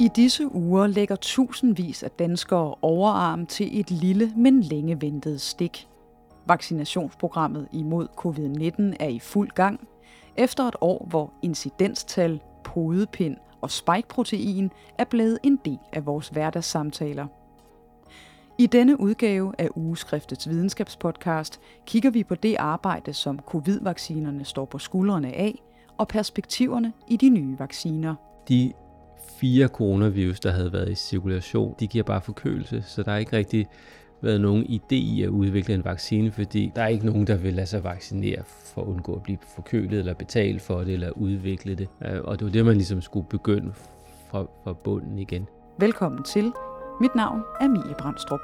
I disse uger lægger tusindvis af danskere overarm til et lille, men længe ventet stik. Vaccinationsprogrammet imod covid-19 er i fuld gang, efter et år, hvor incidenstal, podepind og spikeprotein er blevet en del af vores hverdagssamtaler. I denne udgave af Ugeskriftets videnskabspodcast kigger vi på det arbejde, som covid-vaccinerne står på skuldrene af, og perspektiverne i de nye vacciner. De 4 coronavirus, der havde været i cirkulation, de giver bare forkølelse, så der er ikke rigtig været nogen idé i at udvikle en vaccine, fordi der er ikke nogen, der vil lade sig vaccinere for at undgå at blive forkølet, eller betale for det, eller udvikle det. Og det var det, man ligesom skulle begynde fra bunden igen. Velkommen til. Mit navn er Mie Brandstrup.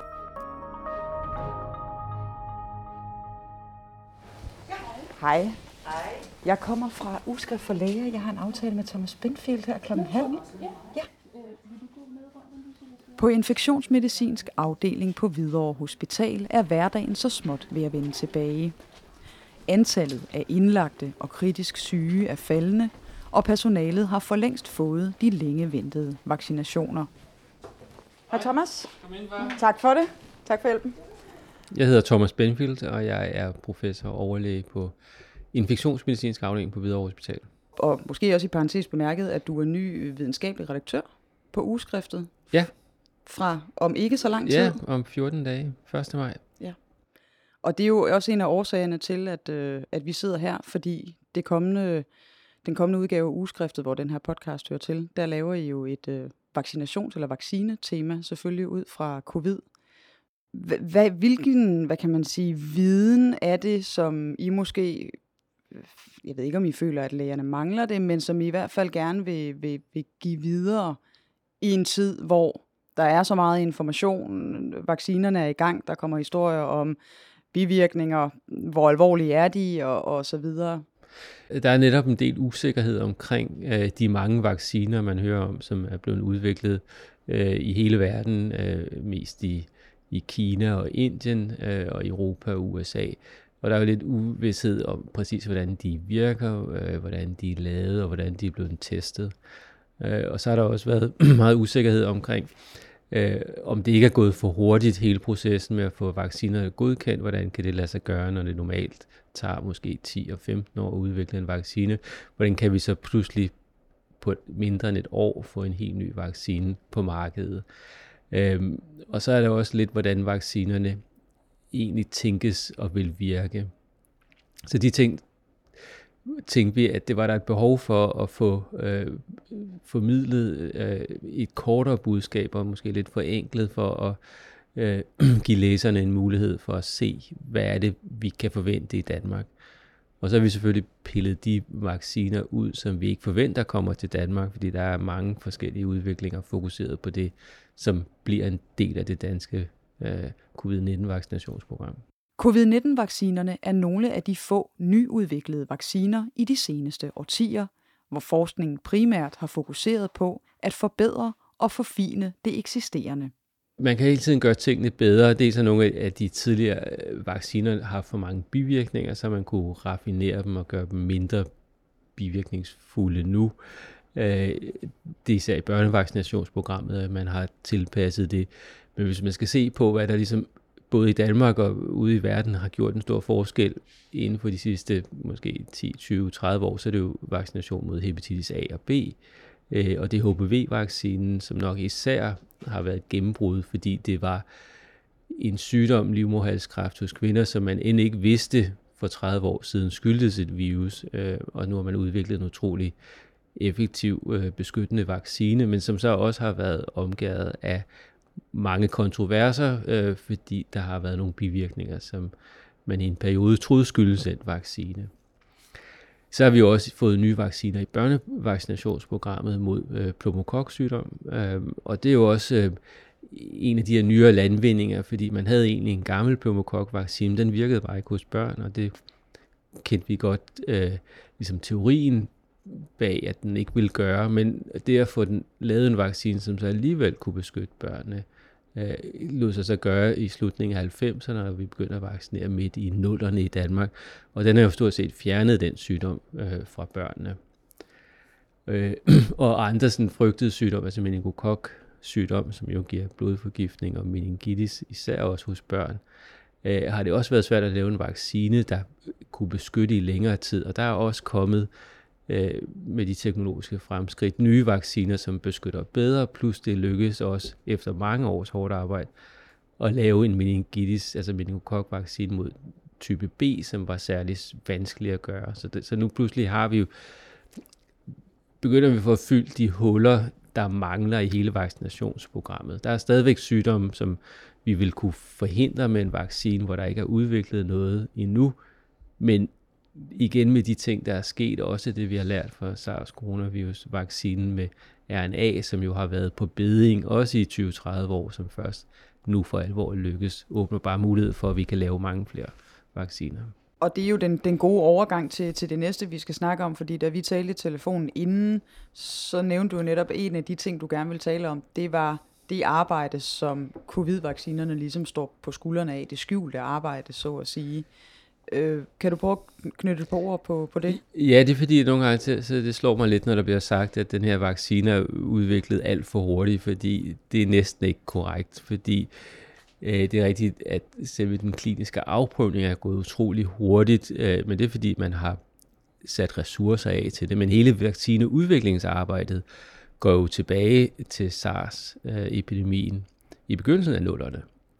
Hej. Hej. Jeg kommer fra Ugeskrift for Læger. Jeg har en aftale med Thomas Benfield her kl. 12:30. Ja. På infektionsmedicinsk afdeling på Hvidovre Hospital er hverdagen så småt ved at vende tilbage. Antallet af indlagte og kritisk syge er faldende, og personalet har for længst fået de længe ventede vaccinationer. Hej Thomas. Tak for det. Tak for hjælpen. Jeg hedder Thomas Benfield, og jeg er professor og overlæge på infektionsmedicinsk afdeling på Hvidovre Hospital. Og måske også i parentes bemærket, at du er ny videnskabelig redaktør på Ugeskriftet. Ja. Fra om ikke så lang tid. Ja, om 14 dage, 1. maj. Ja. Og det er jo også en af årsagerne til, at vi sidder her, fordi den kommende udgave af Ugeskriftet, hvor den her podcast hører til, der laver I jo et vaccinations- eller vaccinetema, selvfølgelig ud fra covid. Hvilken, hvad kan man sige, viden er det, som I måske, jeg ved ikke om I føler, at lægerne mangler det, men som I hvert fald gerne vil give videre i en tid, hvor der er så meget information, vaccinerne er i gang, der kommer historier om bivirkninger, hvor alvorlige er de, og så videre. Der er netop en del usikkerhed omkring de mange vacciner, man hører om, som er blevet udviklet i hele verden, mest i Kina og Indien og Europa og USA. Og der er jo lidt uvished om præcis, hvordan de virker, hvordan de er lavet og hvordan de er blevet testet. Og så har der også været meget usikkerhed omkring, om det ikke er gået for hurtigt, hele processen med at få vacciner godkendt. Hvordan kan det lade sig gøre, når det normalt tager måske 10 og 15 år at udvikle en vaccine? Hvordan kan vi så pludselig på mindre end et år få en helt ny vaccine på markedet? Og så er der også lidt, hvordan vaccinerne egentlig tænkes og vil virke. Så de ting tænkte vi, at det var der et behov for at få formidlet et kortere budskab, og måske lidt forenklet for at give læserne en mulighed for at se, hvad er det, vi kan forvente i Danmark. Og så har vi selvfølgelig pillet de vacciner ud, som vi ikke forventer kommer til Danmark, fordi der er mange forskellige udviklinger fokuseret på det, som bliver en del af det danske covid-19-vaccinationsprogram. Covid-19-vaccinerne er nogle af de få nyudviklede vacciner i de seneste årtier, hvor forskningen primært har fokuseret på at forbedre og forfine det eksisterende. Man kan hele tiden gøre tingene bedre. Dels er nogle af de tidligere vacciner har for mange bivirkninger, så man kunne raffinere dem og gøre dem mindre bivirkningsfulde nu. Det er især i børnevaccinationsprogrammet, at man har tilpasset det. Men hvis man skal se på, hvad der ligesom både i Danmark og ude i verden har gjort en stor forskel inden for de sidste måske 10, 20, 30 år, så er det jo vaccination mod hepatitis A og B. Og det er HPV-vaccinen, som nok især har været et gennembrud, fordi det var en sygdom, livmoderhalskræft hos kvinder, som man end ikke vidste for 30 år siden skyldtes et virus, og nu har man udviklet en utrolig effektiv beskyttende vaccine, men som så også har været omgærdet af mange kontroverser, fordi der har været nogle bivirkninger, som man i en periode troede skyldes en vaccine. Så har vi også fået nye vacciner i børnevaccinationsprogrammet mod pneumokoksygdom, og det er jo også en af de her nyere landvindinger, fordi man havde egentlig en gammel pneumokokvaccine, den virkede bare ikke hos børn, og det kendte vi godt ligesom teorien bag, at den ikke ville gøre, men det at få den lavet en vaccine, som så alligevel kunne beskytte børnene, lod sig så gøre i slutningen af 90'erne, når vi begyndte at vaccinere midt i 0'erne i Danmark, og den har jo stort set fjernet den sygdom fra børnene. og andre sådan frygtede sygdomme, altså meningokok-sygdom, som jo giver blodforgiftning og meningitis, især også hos børn, har det også været svært at lave en vaccine, der kunne beskytte i længere tid, og der er også kommet med de teknologiske fremskridt nye vacciner, som beskytter bedre, plus det lykkedes også efter mange års hårdt arbejde at lave en meningitis, altså meningokok-vaccine mod type B, som var særlig vanskelig at gøre. Så nu pludselig begynder vi at få fyldt de huller, der mangler i hele vaccinationsprogrammet. Der er stadigvæk sygdomme, som vi vil kunne forhindre med en vaccine, hvor der ikke er udviklet noget endnu, men igen med de ting, der er sket, også det vi har lært fra SARS-coronavirus-vaccinen med RNA, som jo har været på beding, også i 20-30 år, som først nu for alvor lykkes, åbner bare mulighed for, at vi kan lave mange flere vacciner. Og det er jo den gode overgang til det næste, vi skal snakke om, fordi da vi talte i telefonen inden, så nævnte du netop en af de ting, du gerne vil tale om, det var det arbejde, som covid-vaccinerne ligesom står på skuldrene af, det skjulte arbejde, så at sige. Kan du prøve at knytte et par ord på det? Ja, det er fordi nogle gange, så det slår mig lidt, når der bliver sagt, at den her vaccine er udviklet alt for hurtigt, fordi det er næsten ikke korrekt, fordi det er rigtigt, at selve den kliniske afprøvning er gået utrolig hurtigt, men det er fordi, man har sat ressourcer af til det. Men hele vaccineudviklingsarbejdet går jo tilbage til SARS-epidemien i begyndelsen af 00'erne,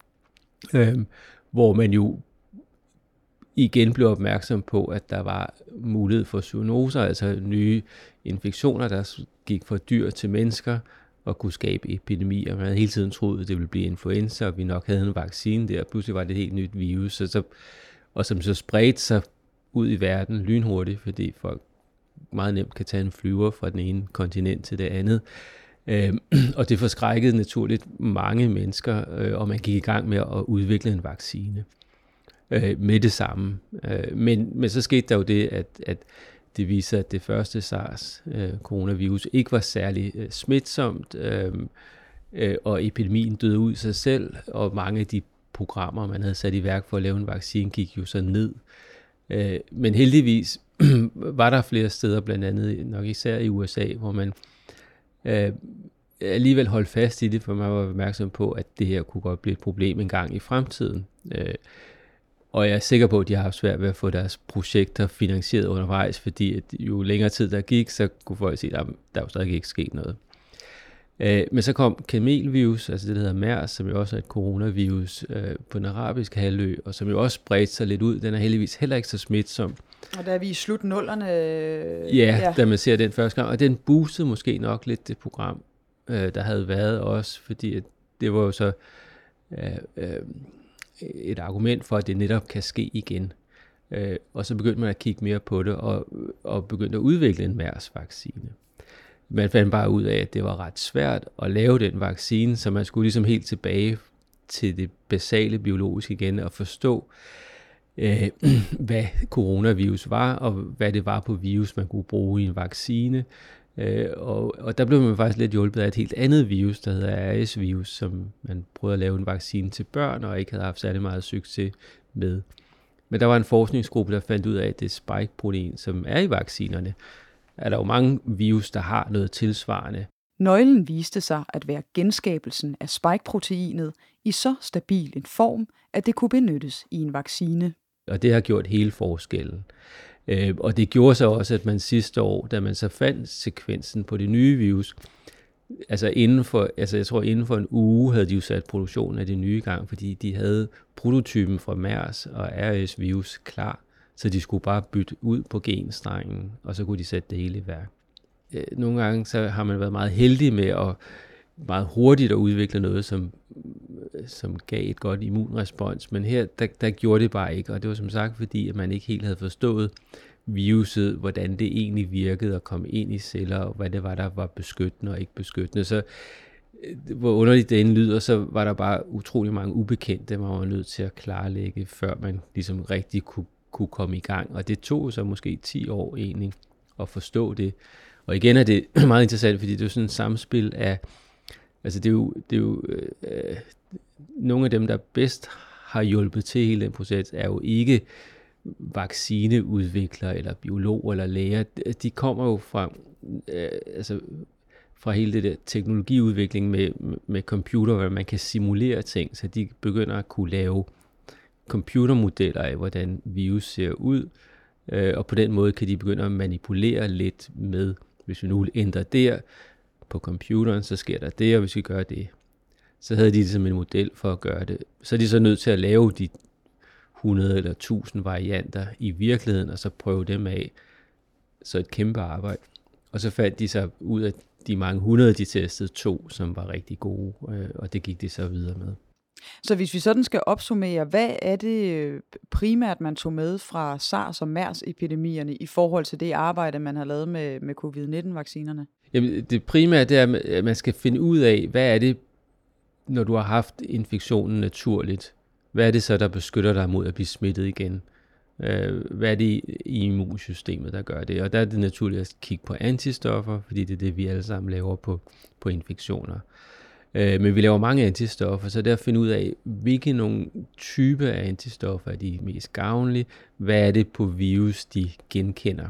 hvor man jo igen blev opmærksom på, at der var mulighed for zoonoser, altså nye infektioner, der gik fra dyr til mennesker og kunne skabe epidemier. Man havde hele tiden troet, at det ville blive influenza, og vi nok havde en vaccine der. Pludselig var det et helt nyt virus, og som så spredte sig ud i verden lynhurtigt, fordi folk meget nemt kan tage en flyver fra den ene kontinent til det andet. Og det forskrækkede naturligt mange mennesker, og man gik i gang med at udvikle en vaccine med det samme. Men så skete der jo det, at det viser, at det første SARS-coronavirus ikke var særlig smitsomt, og epidemien døde ud sig selv, og mange af de programmer, man havde sat i værk for at lave en vaccine, gik jo så ned. Men heldigvis var der flere steder, blandt andet nok især i USA, hvor man alligevel holdt fast i det, for man var opmærksom på, at det her kunne godt blive et problem en gang i fremtiden. Og jeg er sikker på, at de har haft svært ved at få deres projekter finansieret undervejs, fordi at jo længere tid der gik, så kunne folk sige, at der er jo stadig ikke sket noget. Men så kom kamelvirus, altså det der hedder MERS, som jo også er et coronavirus på den arabiske halvø, og som jo også spredte sig lidt ud. Den er heldigvis heller ikke så smitsom. Og der er vi i slut 00'erne. Ja, da man ser den første gang. Og den boostede måske nok lidt det program, der havde været også, fordi at det var jo så et argument for, at det netop kan ske igen. Og så begyndte man at kigge mere på det, og begyndte at udvikle en MERS-vaccine. Man fandt bare ud af, at det var ret svært at lave den vaccine, så man skulle ligesom helt tilbage til det basale biologiske igen, og forstå, hvad coronavirus var, og hvad det var på virus, man kunne bruge i en vaccine. Og der blev man faktisk lidt hjulpet af et helt andet virus, der hedder RS-virus, som man prøvede at lave en vaccine til børn, og ikke havde haft særlig meget succes med. Men der var en forskningsgruppe, der fandt ud af, at det spike-protein, som er i vaccinerne, er der jo mange virus, der har noget tilsvarende. Nøglen viste sig at være genskabelsen af spike-proteinet i så stabil en form, at det kunne benyttes i en vaccine. Og det har gjort hele forskellen. Og det gjorde så også, at man sidste år, da man så fandt sekvensen på det nye virus, jeg tror inden for en uge havde de jo sat produktionen af det nye i gang, fordi de havde prototypen fra MERS og RS-virus klar, så de skulle bare bytte ud på genstrengen, og så kunne de sætte det hele i værk. Nogle gange så har man været meget heldig med at meget hurtigt at udvikle noget, som gav et godt immunrespons, men her, der gjorde det bare ikke, og det var som sagt, fordi at man ikke helt havde forstået viruset, hvordan det egentlig virkede at komme ind i celler, og hvad det var, der var beskyttende og ikke beskyttende. Så hvor underligt det end lyder, så var der bare utrolig mange ubekendte, man var nødt til at klarlægge, før man ligesom rigtig kunne komme i gang, og det tog så måske 10 år egentlig at forstå det. Og igen er det meget interessant, fordi det er jo sådan et samspil af, altså det er jo nogle af dem, der bedst har hjulpet til hele den proces, er jo ikke vaccineudviklere eller biologer eller læger, de kommer jo fra hele det der teknologiudvikling med computer, hvor man kan simulere ting, så de begynder at kunne lave computermodeller af, hvordan virus ser ud, og på den måde kan de begynde at manipulere lidt med, hvis vi nu ændrer der på computeren, så sker der det, og hvis vi gør det. Så havde de det som en model for at gøre det. Så er de så nødt til at lave de 100 eller 1000 varianter i virkeligheden, og så prøve dem af. Så et kæmpe arbejde. Og så fandt de så ud af de mange 100, de testede 2, som var rigtig gode, og det gik de så videre med. Så hvis vi sådan skal opsummere, hvad er det primært, man tog med fra SARS og MERS-epidemierne i forhold til det arbejde, man har lavet med covid-19-vaccinerne? Jamen, det primære det er, at man skal finde ud af, hvad er det, når du har haft infektionen naturligt, hvad er det så, der beskytter dig mod at blive smittet igen? Hvad er det i immunsystemet, der gør det? Og der er det naturligt at kigge på antistoffer, fordi det er det, vi alle sammen laver på infektioner. Men vi laver mange antistoffer, så det er at finde ud af, hvilke nogle typer af antistoffer er de mest gavnlige, hvad er det på virus, de genkender.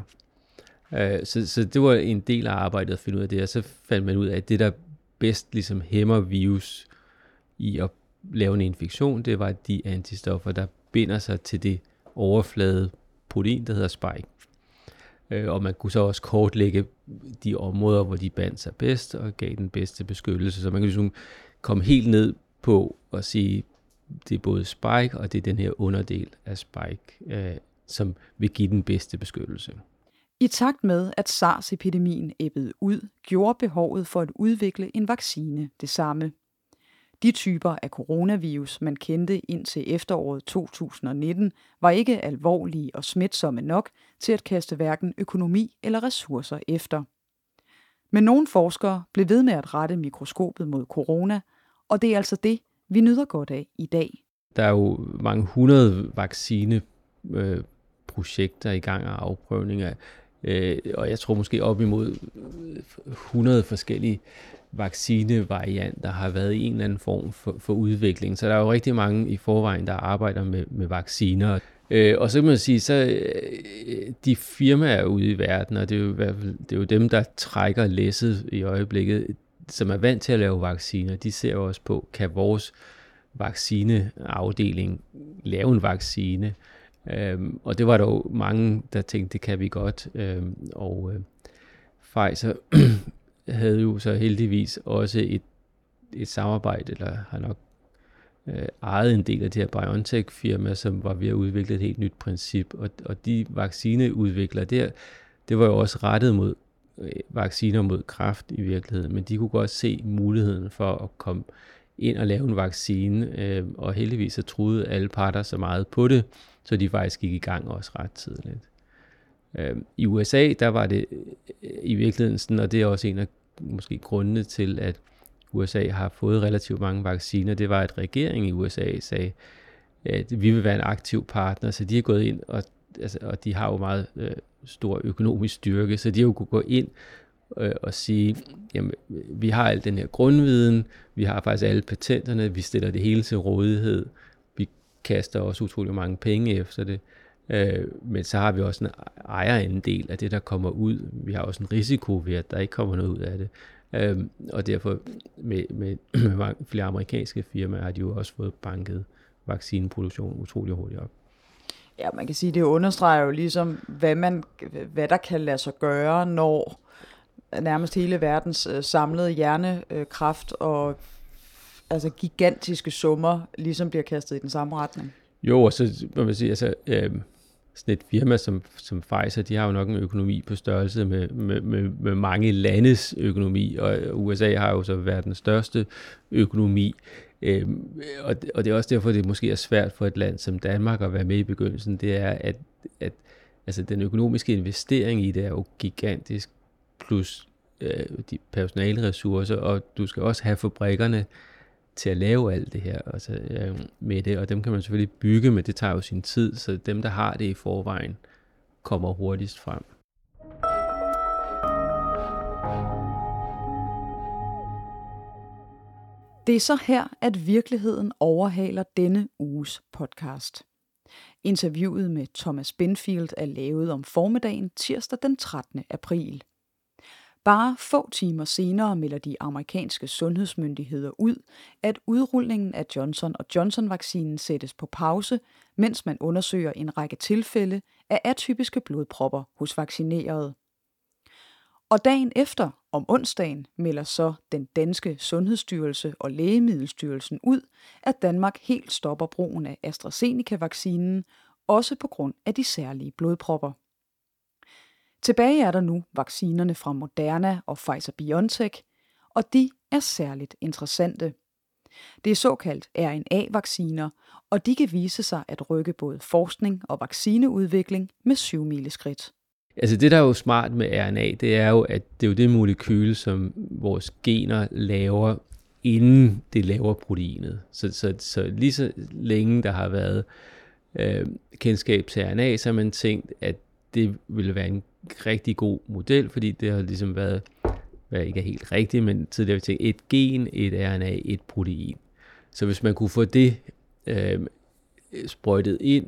Så det var en del af arbejdet at finde ud af det, og så fandt man ud af, at det, der bedst ligesom hæmmer virus i at lave en infektion, det var de antistoffer, der binder sig til det overflade protein, der hedder spike. Og man kunne så også kortlægge de områder, hvor de bandt sig bedst og gav den bedste beskyttelse. Så man kan ligesom komme helt ned på at sige, det er både spike, og det er den her underdel af spike, som vil give den bedste beskyttelse. I takt med, at SARS-epidemien ebbede ud, gjorde behovet for at udvikle en vaccine det samme. De typer af coronavirus, man kendte indtil efteråret 2019, var ikke alvorlige og smitsomme nok til at kaste hverken økonomi eller ressourcer efter. Men nogle forskere blev ved med at rette mikroskopet mod corona, og det er altså det, vi nyder godt af i dag. Der er jo mange 100 vaccineprojekter i gang og afprøvninger, og jeg tror måske op imod 100 forskellige vaccinevarianter har været i en eller anden form for udvikling. Så der er jo rigtig mange i forvejen, der arbejder med vacciner. Og så kan man sige, så de firmaer ude i verden, og det er jo dem, der trækker læsset i øjeblikket, som er vant til at lave vacciner, de ser jo også på, kan vores vaccineafdeling lave en vaccine? Og det var der jo mange, der tænkte, det kan vi godt. Og Pfizer havde jo så heldigvis også et samarbejde, eller har nok ejet en del af det her BioNTech-firma, som var ved at udvikle et helt nyt princip. Og de vaccineudviklere der, det var jo også rettet mod vacciner mod kræft i virkeligheden, men de kunne godt se muligheden for at komme ind og lave en vaccine, og heldigvis så troede alle parter så meget på det, så de faktisk gik i gang også ret tidligt. I USA, der var det i virkeligheden sådan, og det er også en af måske grundene til, at USA har fået relativt mange vacciner, det var, at regeringen i USA sagde, at vi vil være en aktiv partner, så de er gået ind, og de har jo meget stor økonomisk styrke, så de har jo kunne gå ind og sige, jamen, vi har al den her grundviden, vi har faktisk alle patenterne, vi stiller det hele til rådighed, vi kaster også utrolig mange penge efter det, men så har vi også en ejerandel af det, der kommer ud. Vi har også en risiko ved, at der ikke kommer noget ud af det. Og derfor med flere amerikanske firmaer har de jo også fået banket vaccineproduktionen utrolig hurtigt op. Ja, man kan sige, det understreger jo ligesom, hvad der kan lade sig gøre, når nærmest hele verdens samlede hjernekraft og altså gigantiske summer ligesom bliver kastet i den samme retning. Jo, og så må man sige, altså sådan et firma som Pfizer, de har jo nok en økonomi på størrelse med mange landes økonomi, og USA har jo så verdens største økonomi, og det er også derfor, det måske er svært for et land som Danmark at være med i begyndelsen, det er, at altså den økonomiske investering i det er jo gigantisk, plus de personaleressourcer, og du skal også have fabrikkerne til at lave alt det her altså, med det, og dem kan man selvfølgelig bygge, men det tager jo sin tid, så dem, der har det i forvejen, kommer hurtigst frem. Det er så her, at virkeligheden overhaler denne uges podcast. Interviewet med Thomas Benfield er lavet om formiddagen tirsdag den 13. april. Bare få timer senere melder de amerikanske sundhedsmyndigheder ud, at udrulningen af Johnson & Johnson-vaccinen sættes på pause, mens man undersøger en række tilfælde af atypiske blodpropper hos vaccinerede. Og dagen efter, om onsdagen, melder så den danske Sundhedsstyrelse og Lægemiddelstyrelsen ud, at Danmark helt stopper brugen af AstraZeneca-vaccinen, også på grund af de særlige blodpropper. Tilbage er der nu vaccinerne fra Moderna og Pfizer-BioNTech, og de er særligt interessante. Det er såkaldt RNA-vacciner, og de kan vise sig at rykke både forskning og vaccineudvikling med 7-mileskridt. Altså det, der er jo smart med RNA, det er jo, at det er jo det molekyle, som vores gener laver, inden det laver proteinet. Så lige så længe der har været kendskab til RNA, så har man tænkt, at det ville være en rigtig god model, fordi det har ligesom været, hvad ikke er helt rigtigt, men tidligere har vi tænkt, et gen, et RNA, et protein. Så hvis man kunne få det sprøjtet ind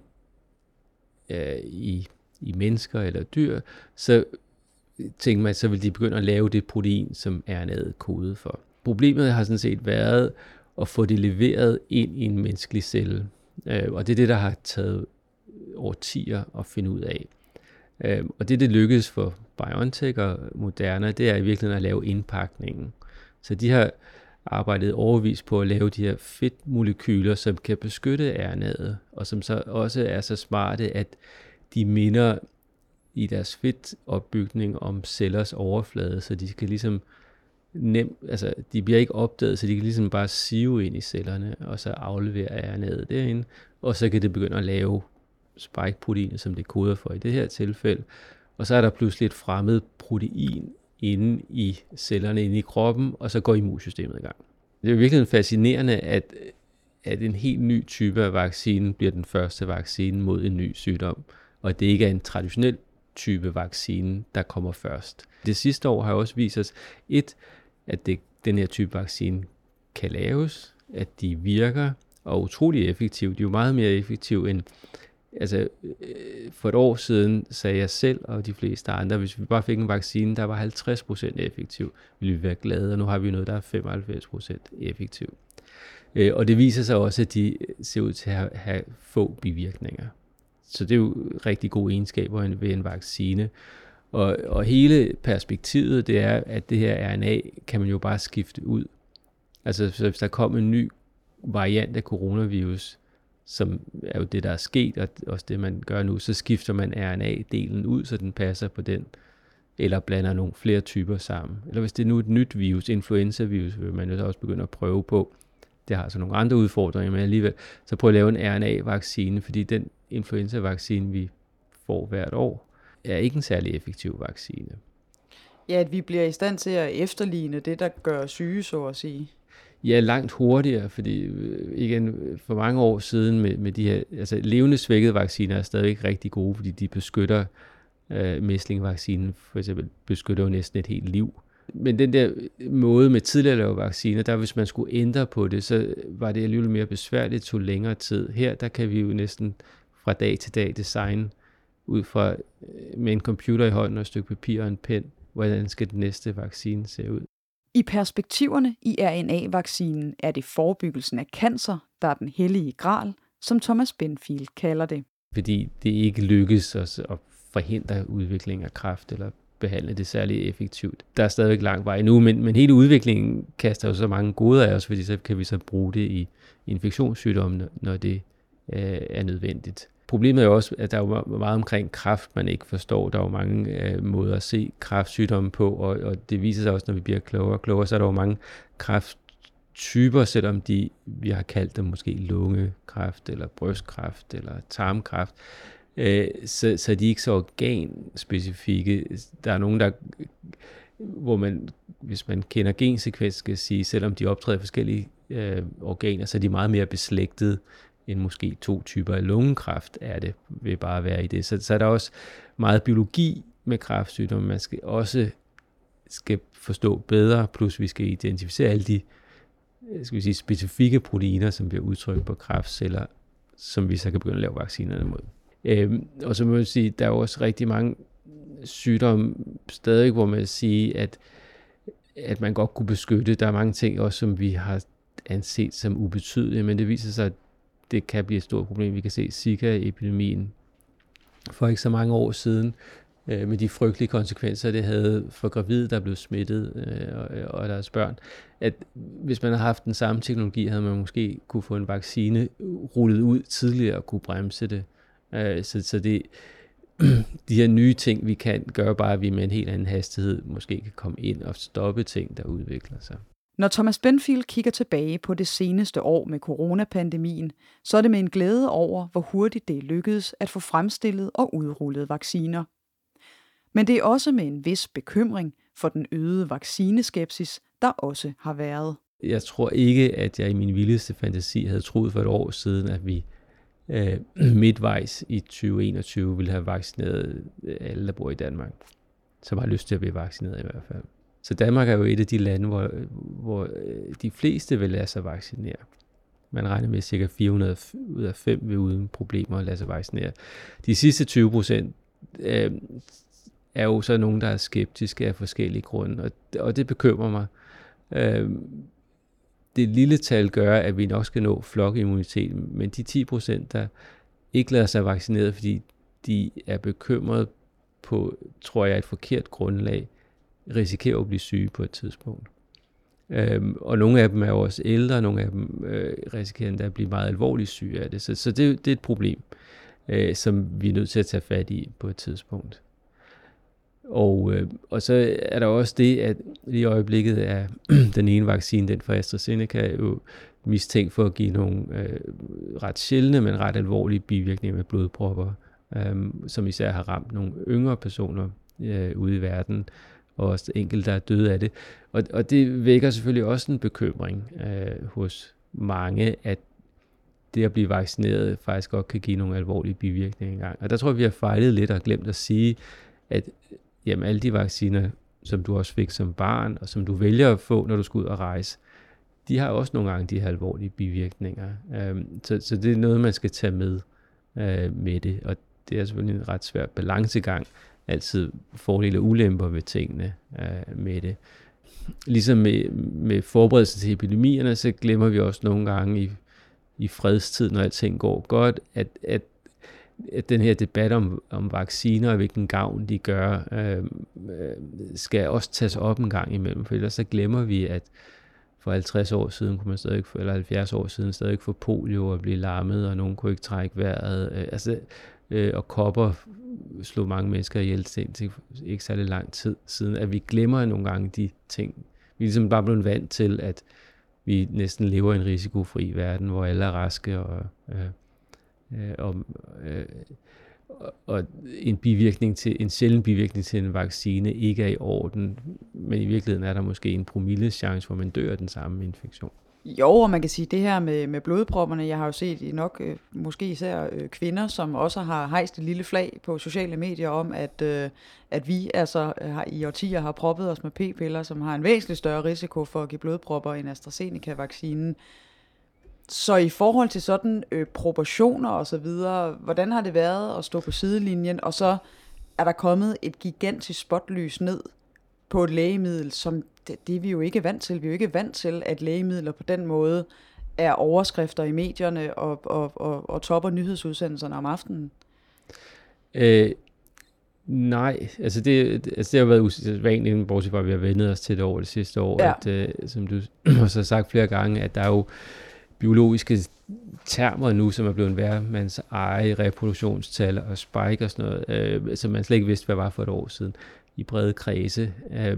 i mennesker eller dyr, så tænker man, så vil de begynde at lave det protein, som RNA'et er kodet for. Problemet har sådan set været at få det leveret ind i en menneskelig celle. Og det er det, der har taget årtier at finde ud af. Og det lykkedes for BioNTech og Moderna, det er i virkeligheden at lave indpakningen. Så de har arbejdet overvis på at lave de her fedtmolekyler, som kan beskytte RNA'et, og som så også er så smarte, at de minder i deres fedtopbygning om cellers overflade, så de kan ligesom de bliver ikke opdaget, så de kan ligesom bare sive ind i cellerne, og så aflevere RNA'et derinde, og så kan det begynde at lave spike-proteiner, som det koder for i det her tilfælde, og så er der pludselig et fremmed protein inde i cellerne, inde i kroppen, og så går immunsystemet i gang. Det er jo virkelig fascinerende, at en helt ny type af vaccine bliver den første vaccine mod en ny sygdom, og det ikke er en traditionel type vaccine, der kommer først. Det sidste år har også vist os, at den her type vaccine kan laves, at de virker, og utrolig effektive. De er jo meget mere effektive end, for et år siden sagde jeg selv, og de fleste andre, hvis vi bare fik en vaccine, der var 50% effektiv, ville vi være glade, og nu har vi noget, der er 95% effektiv. Og det viser sig også, at de ser ud til at have få bivirkninger. Så det er jo rigtig gode egenskaber ved en vaccine. Og hele perspektivet, det er, at det her RNA kan man jo bare skifte ud. Altså så hvis der kommer en ny variant af coronavirus, som er jo det, der er sket, og også det, man gør nu, så skifter man RNA-delen ud, så den passer på den, eller blander nogle flere typer sammen. Eller hvis det er nu et nyt virus, influenza-virus, vil man jo også begynde at prøve på. Det har så nogle andre udfordringer, men alligevel, så prøv at lave en RNA-vaccine, fordi den influenza-vaccine, vi får hvert år, er ikke en særlig effektiv vaccine. Ja, at vi bliver i stand til at efterligne det, der gør syge, så at sige. Ja, langt hurtigere, fordi igen, for mange år siden med de her, levende svækkede vacciner er stadigvæk rigtig gode, fordi de beskytter, mæslingvaccinen for eksempel beskytter jo næsten et helt liv. Men den der måde med tidligere at lave vacciner, der hvis man skulle ændre på det, så var det alligevel mere besværligt, tog længere tid. Her, der kan vi jo næsten fra dag til dag designe ud fra med en computer i hånden og et stykke papir og en pen, hvordan skal den næste vaccine se ud. I perspektiverne i RNA-vaccinen er det forebyggelsen af cancer, der er den hellige gral, som Thomas Benfield kalder det. Fordi det ikke lykkes os at forhindre udvikling af kræft eller behandle det særlig effektivt. Der er stadigvæk lang vej nu, men hele udviklingen kaster jo så mange goder af os, fordi så kan vi så bruge det i infektionssygdomme, når det er nødvendigt. Problemet er jo også, at der er jo meget omkring kræft, man ikke forstår. Der er jo mange måder at se kræftsygdomme på, og det viser sig også, når vi bliver klogere og klogere, så er der jo mange kræfttyper, selvom vi har kaldt dem måske lungekræft, eller brystkræft, eller tarmkræft. Så de er ikke så organspecifikke. Der er nogen, hvor man, hvis man kender gensekvens, skal sige, selvom de optræder forskellige organer, så er de meget mere beslægtede end måske 2 typer af lungekræft vil bare være i det. Så er der også meget biologi med kræftsygdomme, man skal forstå bedre, plus vi skal identificere alle de specifikke proteiner, som bliver udtrykt på kræftceller, som vi så kan begynde at lave vaccinerne mod. Og så må jeg sige, der er jo også rigtig mange sygdomme stadig, hvor man siger, at man godt kunne beskytte. Der er mange ting også, som vi har anset som ubetydelige, men det viser sig, at det kan blive et stort problem. Vi kan se Zika-epidemien for ikke så mange år siden, med de frygtelige konsekvenser, det havde for gravide, der blev smittet, og deres børn. At hvis man havde haft den samme teknologi, havde man måske kunne få en vaccine rullet ud tidligere og kunne bremse det. Så det de her nye ting, vi kan gøre, bare at vi med en helt anden hastighed måske kan komme ind og stoppe ting, der udvikler sig. Når Thomas Benfield kigger tilbage på det seneste år med coronapandemien, så er det med en glæde over, hvor hurtigt det lykkedes at få fremstillet og udrullet vacciner. Men det er også med en vis bekymring for den øgede vaccineskepsis, der også har været. Jeg tror ikke, at jeg i min vildeste fantasi havde troet for et år siden, at vi midtvejs i 2021 ville have vaccineret alle, der bor i Danmark, som har lyst til at blive vaccineret i hvert fald. Så Danmark er jo et af de lande, hvor de fleste vil lade sig vaccinere. Man regner med, at ca. 400 ud af 5 vil uden problemer lade sig vaccinere. De sidste 20% er jo så nogen, der er skeptiske af forskellige grunde, og det bekymrer mig. Det lille tal gør, at vi nok skal nå flokimmunitet, men de 10%, der ikke lader sig vaccinere, fordi de er bekymrede på, tror jeg, et forkert grundlag, risikerer at blive syge på et tidspunkt. Og nogle af dem er jo også ældre, nogle af dem risikerer endda at blive meget alvorligt syge af det. Så det er et problem, som vi er nødt til at tage fat i på et tidspunkt. Og så er der også det, at i øjeblikket er den ene vaccine, den fra AstraZeneca, jo mistænkt for at give nogle ret sjældne, men ret alvorlige bivirkninger med blodpropper, som især har ramt nogle yngre personer ude i verden, og også enkelte, der er døde af det. Og det vækker selvfølgelig også en bekymring hos mange, at det at blive vaccineret faktisk godt kan give nogle alvorlige bivirkninger engang. Og der tror jeg, vi har fejlet lidt og glemt at sige, at jamen, alle de vacciner, som du også fik som barn, og som du vælger at få, når du skal ud og rejse, de har også nogle gange de her alvorlige bivirkninger. Så det er noget, man skal tage med det. Og det er selvfølgelig en ret svær balancegang. Altid fordele og ulemper ved tingene med det. Ligesom med forberedelse til epidemierne, så glemmer vi også nogle gange i fredstid, når alting går godt, at den her debat om vacciner og hvilken gavn de gør, skal også tages op en gang imellem, for ellers så glemmer vi, at for 50 år siden kunne man stadig, eller 70 år siden stadig få polio og blive lammet, og nogen kunne ikke trække vejret, og kopper slog mange mennesker ihjel til ikke særlig lang tid siden, at vi glemmer nogle gange de ting. Vi er ligesom bare blevet vant til, at vi næsten lever i en risikofri verden, hvor alle er raske, og en sjælden bivirkning til en vaccine ikke er i orden, men i virkeligheden er der måske en promille chance, hvor man dør af den samme infektion. Jo, og man kan sige, det her med blodpropperne, jeg har jo set nok måske især kvinder, som også har hejst et lille flag på sociale medier om, at vi altså i årtier har proppet os med p-piller, som har en væsentligt større risiko for at give blodpropper end AstraZeneca-vaccinen. Så i forhold til sådan proportioner og så videre, hvordan har det været at stå på sidelinjen, og så er der kommet et gigantisk spotlys ned på et lægemiddel, som det er vi jo ikke vant til. Vi er jo ikke vant til, at lægemidler på den måde er overskrifter i medierne og topper nyhedsudsendelserne om aftenen. Nej, altså det har været usædvanligt, bortset fra, at vi har vendet os til det over det sidste år, ja. At, som du også har sagt flere gange, at der er jo biologiske termer nu, som er blevet hvermands eje, reproduktionstal og spike og sådan noget, som man slet ikke vidste, hvad var for et år siden i brede kredse.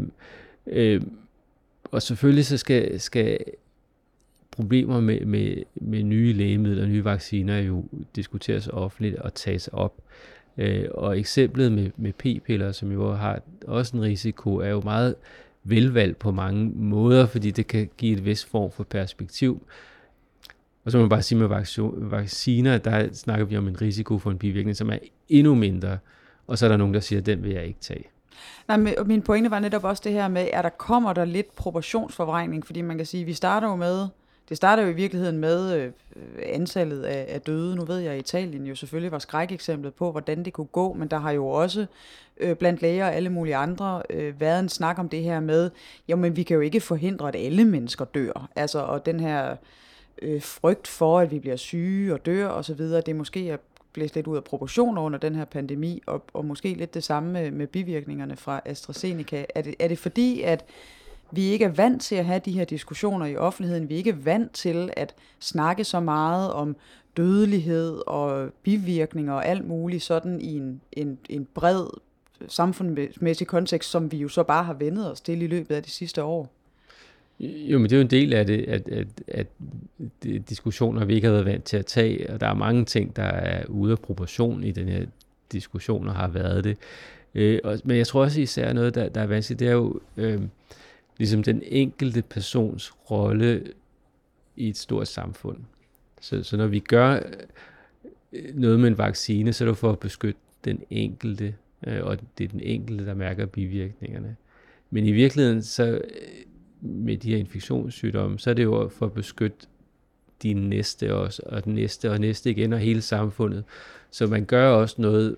Og selvfølgelig så skal problemer med nye lægemidler og nye vacciner jo diskuteres offentligt og tages op. Og eksemplet med p-piller, som jo har også en risiko, er jo meget velvalgt på mange måder, fordi det kan give et vis form for perspektiv. Og så må man bare sige, med vacciner, der snakker vi om en risiko for en bivirkning, som er endnu mindre, og så er der nogen, der siger, at den vil jeg ikke tage. Nej, men min pointe var netop også det her med, at kommer der lidt proportionsforvrængning, fordi man kan sige, at vi starter jo med Det starter jo i virkeligheden med antallet af døde. Nu ved jeg, at Italien jo selvfølgelig var skrækeksemplet på, hvordan det kunne gå, men der har jo også blandt læger og alle mulige andre været en snak om det her med, jo, men vi kan jo ikke forhindre, at alle mennesker dør. Altså, og den her frygt for, at vi bliver syge og dør osv., det måske er blæst lidt ud af proportioner under den her pandemi, og måske lidt det samme med bivirkningerne fra AstraZeneca. Er det fordi, at vi ikke er vant til at have de her diskussioner i offentligheden, vi er ikke vant til at snakke så meget om dødelighed og bivirkninger og alt muligt sådan i en bred samfundsmæssig kontekst, som vi jo så bare har vendet os til i løbet af de sidste år? Jo, men det er jo en del af det, at diskussioner, vi ikke har været vant til at tage, og der er mange ting, der er ude af proportion i den her diskussion, og har været det. Men jeg tror også især noget, der er vanskeligt, det er jo ligesom den enkelte persons rolle i et stort samfund. Så når vi gør noget med en vaccine, så er det for at beskytte den enkelte, og det er den enkelte, der mærker bivirkningerne. Men i virkeligheden, så med de her infektionssygdomme, så er det jo for at beskytte de næste også, og den næste og næste igen, og hele samfundet. Så man gør også noget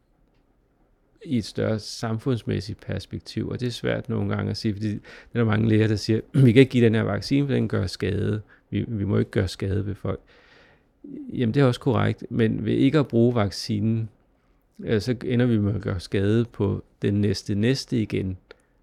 i et større samfundsmæssigt perspektiv, og det er svært nogle gange at sige, fordi der er mange læger, der siger, vi kan ikke give den her vaccine, for den gør skade. Vi må ikke gøre skade ved folk. Jamen det er også korrekt, men ved ikke at bruge vaccinen, så ender vi med at gøre skade på den næste igen.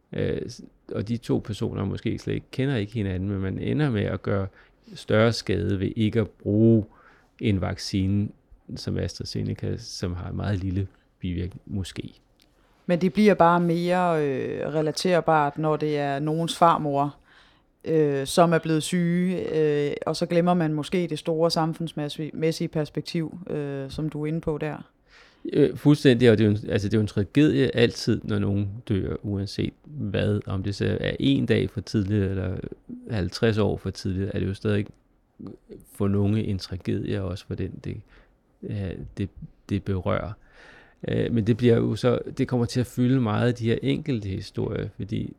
Og de to personer måske slet ikke kender ikke hinanden, men man ender med at gøre større skade ved ikke at bruge en vaccine som AstraZeneca, som har en meget lille bivirkning måske. Men det bliver bare mere relaterbart, når det er nogens farmor, som er blevet syge, og så glemmer man måske det store samfundsmæssige perspektiv, som du er inde på der. Fuldstændig, og det er jo en tragedie altid, når nogen dør, uanset hvad. Om det så er 1 dag for tidligt, eller 50 år for tidligt, er det jo stadig for nogle en tragedie, også for den det berører. Men det bliver jo så, det kommer til at fylde meget af de her enkelte historier, fordi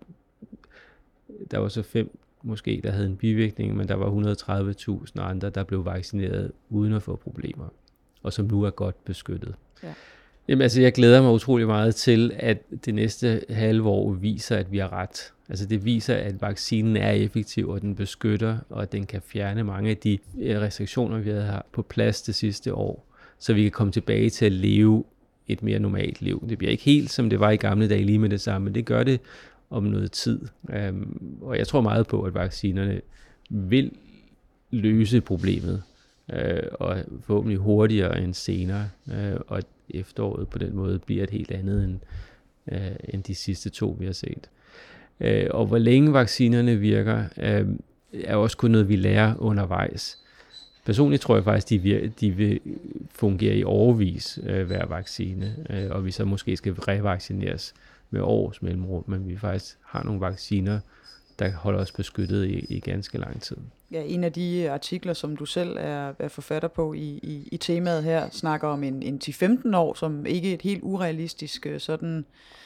der var så 5 måske, der havde en bivirkning, men der var 130.000 andre, der blev vaccineret uden at få problemer, og som nu er godt beskyttet. Ja. Jamen altså, jeg glæder mig utrolig meget til, at det næste halve år viser, at vi har ret. Altså det viser, at vaccinen er effektiv, og den beskytter, og den kan fjerne mange af de restriktioner, vi havde her på plads det sidste år, så vi kan komme tilbage til at leve et mere normalt liv. Det bliver ikke helt, som det var i gamle dage lige med det samme, men det gør det om noget tid. Og jeg tror meget på, at vaccinerne vil løse problemet, og forhåbentlig hurtigere end senere, og efteråret på den måde bliver et helt andet end de sidste 2, vi har set. Og hvor længe vaccinerne virker, er også kun noget, vi lærer undervejs. Personligt tror jeg faktisk, de vil fungere i årevis, hver vaccine, og vi så måske skal revaccineres med års mellemrum, men vi faktisk har nogle vacciner, der holder os beskyttet i ganske lang tid. Ja, en af de artikler, som du selv er forfatter på i temaet her, snakker om en 10-15 år, som ikke er et helt urealistisk sådan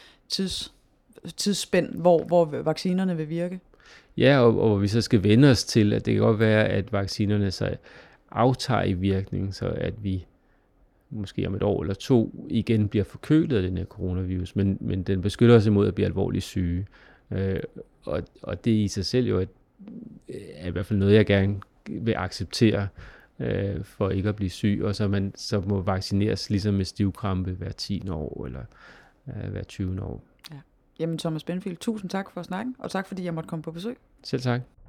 tidsspænd, hvor vaccinerne vil virke. Ja, og vi så skal vende os til, at det kan godt være, at vaccinerne så aftager i virkning, så at vi måske om 1 år eller 2 igen bliver forkølet af den her coronavirus, men den beskytter os imod at blive alvorligt syge. Og det i sig selv jo er i hvert fald noget, jeg gerne vil acceptere, for ikke at blive syg, og så må vaccineres ligesom med stivkrampe hver 10. år eller hver 20. år. Ja. Jamen Thomas Benfield, tusind tak for snakken, og tak fordi jeg måtte komme på besøg. Selv tak.